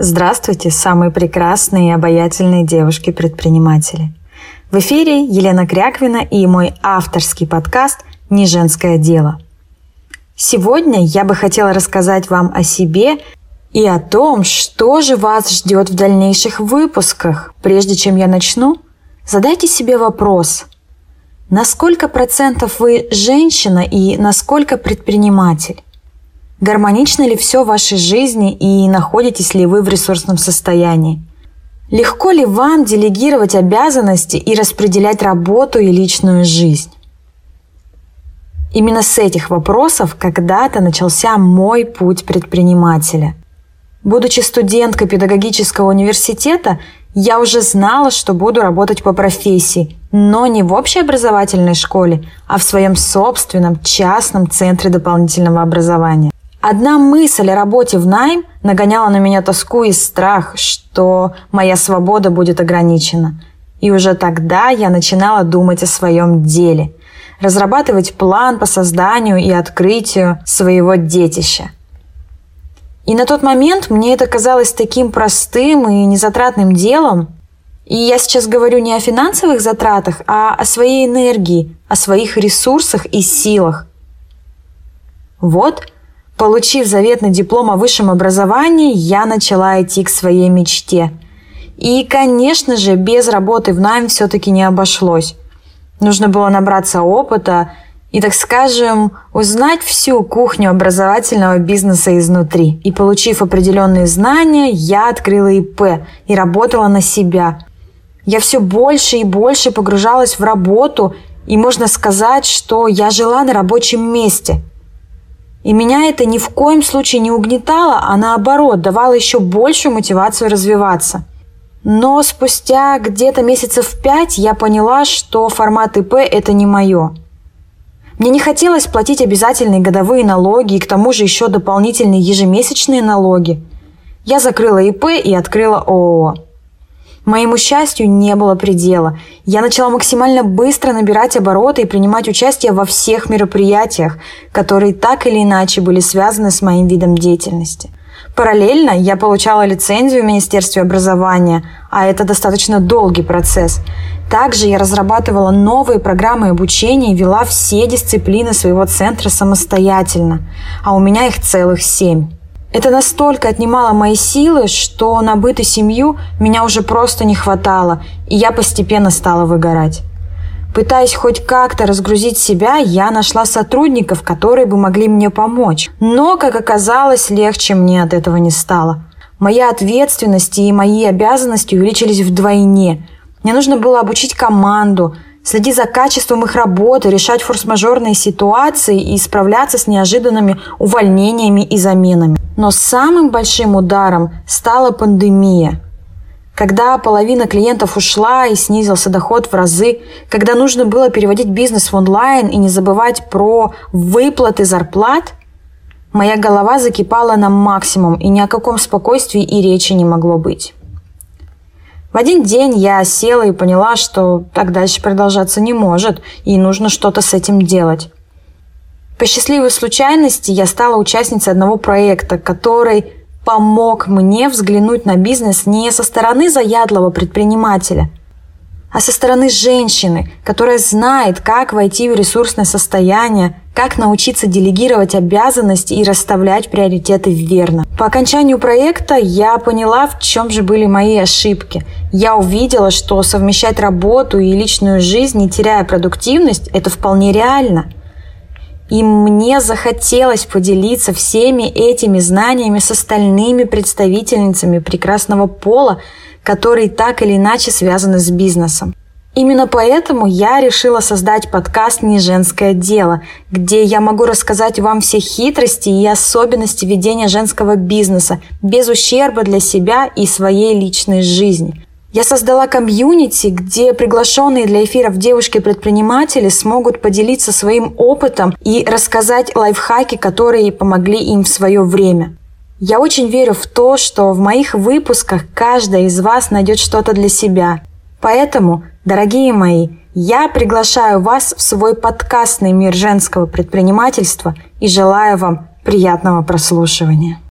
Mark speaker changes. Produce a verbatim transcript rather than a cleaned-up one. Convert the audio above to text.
Speaker 1: Здравствуйте, самые прекрасные и обаятельные девушки-предприниматели. В эфире Елена Кряквина и мой авторский подкаст «Не женское дело». Сегодня я бы хотела рассказать вам о себе и о том, что же вас ждет в дальнейших выпусках. Прежде чем я начну, задайте себе вопрос: на сколько процентов вы женщина и на сколько предприниматель? Гармонично ли все в вашей жизни и находитесь ли вы в ресурсном состоянии? Легко ли вам делегировать обязанности и распределять работу и личную жизнь? Именно с этих вопросов когда-то начался мой путь предпринимателя. Будучи студенткой педагогического университета, я уже знала, что буду работать по профессии, но не в общеобразовательной школе, а в своем собственном частном центре дополнительного образования. Одна мысль о работе в найм нагоняла на меня тоску и страх, что моя свобода будет ограничена. И уже тогда я начинала думать о своем деле, разрабатывать план по созданию и открытию своего детища. И на тот момент мне это казалось таким простым и незатратным делом. И я сейчас говорю не о финансовых затратах, а о своей энергии, о своих ресурсах и силах. Вот, получив заветный диплом о высшем образовании, я начала идти к своей мечте. И, конечно же, без работы в найм все-таки не обошлось. Нужно было набраться опыта и, так скажем, узнать всю кухню образовательного бизнеса изнутри. И, получив определенные знания, я открыла и пэ и работала на себя. Я все больше и больше погружалась в работу, и можно сказать, что я жила на рабочем месте. И меня это ни в коем случае не угнетало, а наоборот, давало еще большую мотивацию развиваться. Но спустя где-то месяцев пять я поняла, что формат и пэ – это не мое. Мне не хотелось платить обязательные годовые налоги и к тому же еще дополнительные ежемесячные налоги. Я закрыла и пэ и открыла о о о. Моему счастью не было предела. Я начала максимально быстро набирать обороты и принимать участие во всех мероприятиях, которые так или иначе были связаны с моим видом деятельности. Параллельно я получала лицензию в Министерстве образования, а это достаточно долгий процесс. Также я разрабатывала новые программы обучения и вела все дисциплины своего центра самостоятельно, а у меня их целых семь. Это настолько отнимало мои силы, что на быт и семью меня уже просто не хватало, и я постепенно стала выгорать. Пытаясь хоть как-то разгрузить себя, я нашла сотрудников, которые бы могли мне помочь. Но, как оказалось, легче мне от этого не стало. Моя ответственность и мои обязанности увеличились вдвойне. Мне нужно было обучить команду, следить за качеством их работы, решать форс-мажорные ситуации и справляться с неожиданными увольнениями и заменами. Но самым большим ударом стала пандемия. Когда половина клиентов ушла и снизился доход в разы, когда нужно было переводить бизнес в онлайн и не забывать про выплаты зарплат, моя голова закипала на максимум, и ни о каком спокойствии и речи не могло быть. В один день я села и поняла, что так дальше продолжаться не может, и нужно что-то с этим делать. По счастливой случайности я стала участницей одного проекта, который помог мне взглянуть на бизнес не со стороны заядлого предпринимателя, а со стороны женщины, которая знает, как войти в ресурсное состояние, как научиться делегировать обязанности и расставлять приоритеты верно. По окончанию проекта я поняла, в чем же были мои ошибки. Я увидела, что совмещать работу и личную жизнь, не теряя продуктивность, это вполне реально. И мне захотелось поделиться всеми этими знаниями с остальными представительницами прекрасного пола, которые так или иначе связаны с бизнесом. Именно поэтому я решила создать подкаст «Не женское дело», где я могу рассказать вам все хитрости и особенности ведения женского бизнеса без ущерба для себя и своей личной жизни. Я создала комьюнити, где приглашенные для эфиров девушки-предприниматели смогут поделиться своим опытом и рассказать лайфхаки, которые помогли им в свое время. Я очень верю в то, что в моих выпусках каждая из вас найдет что-то для себя. Поэтому, дорогие мои, я приглашаю вас в свой подкастный мир женского предпринимательства и желаю вам приятного прослушивания.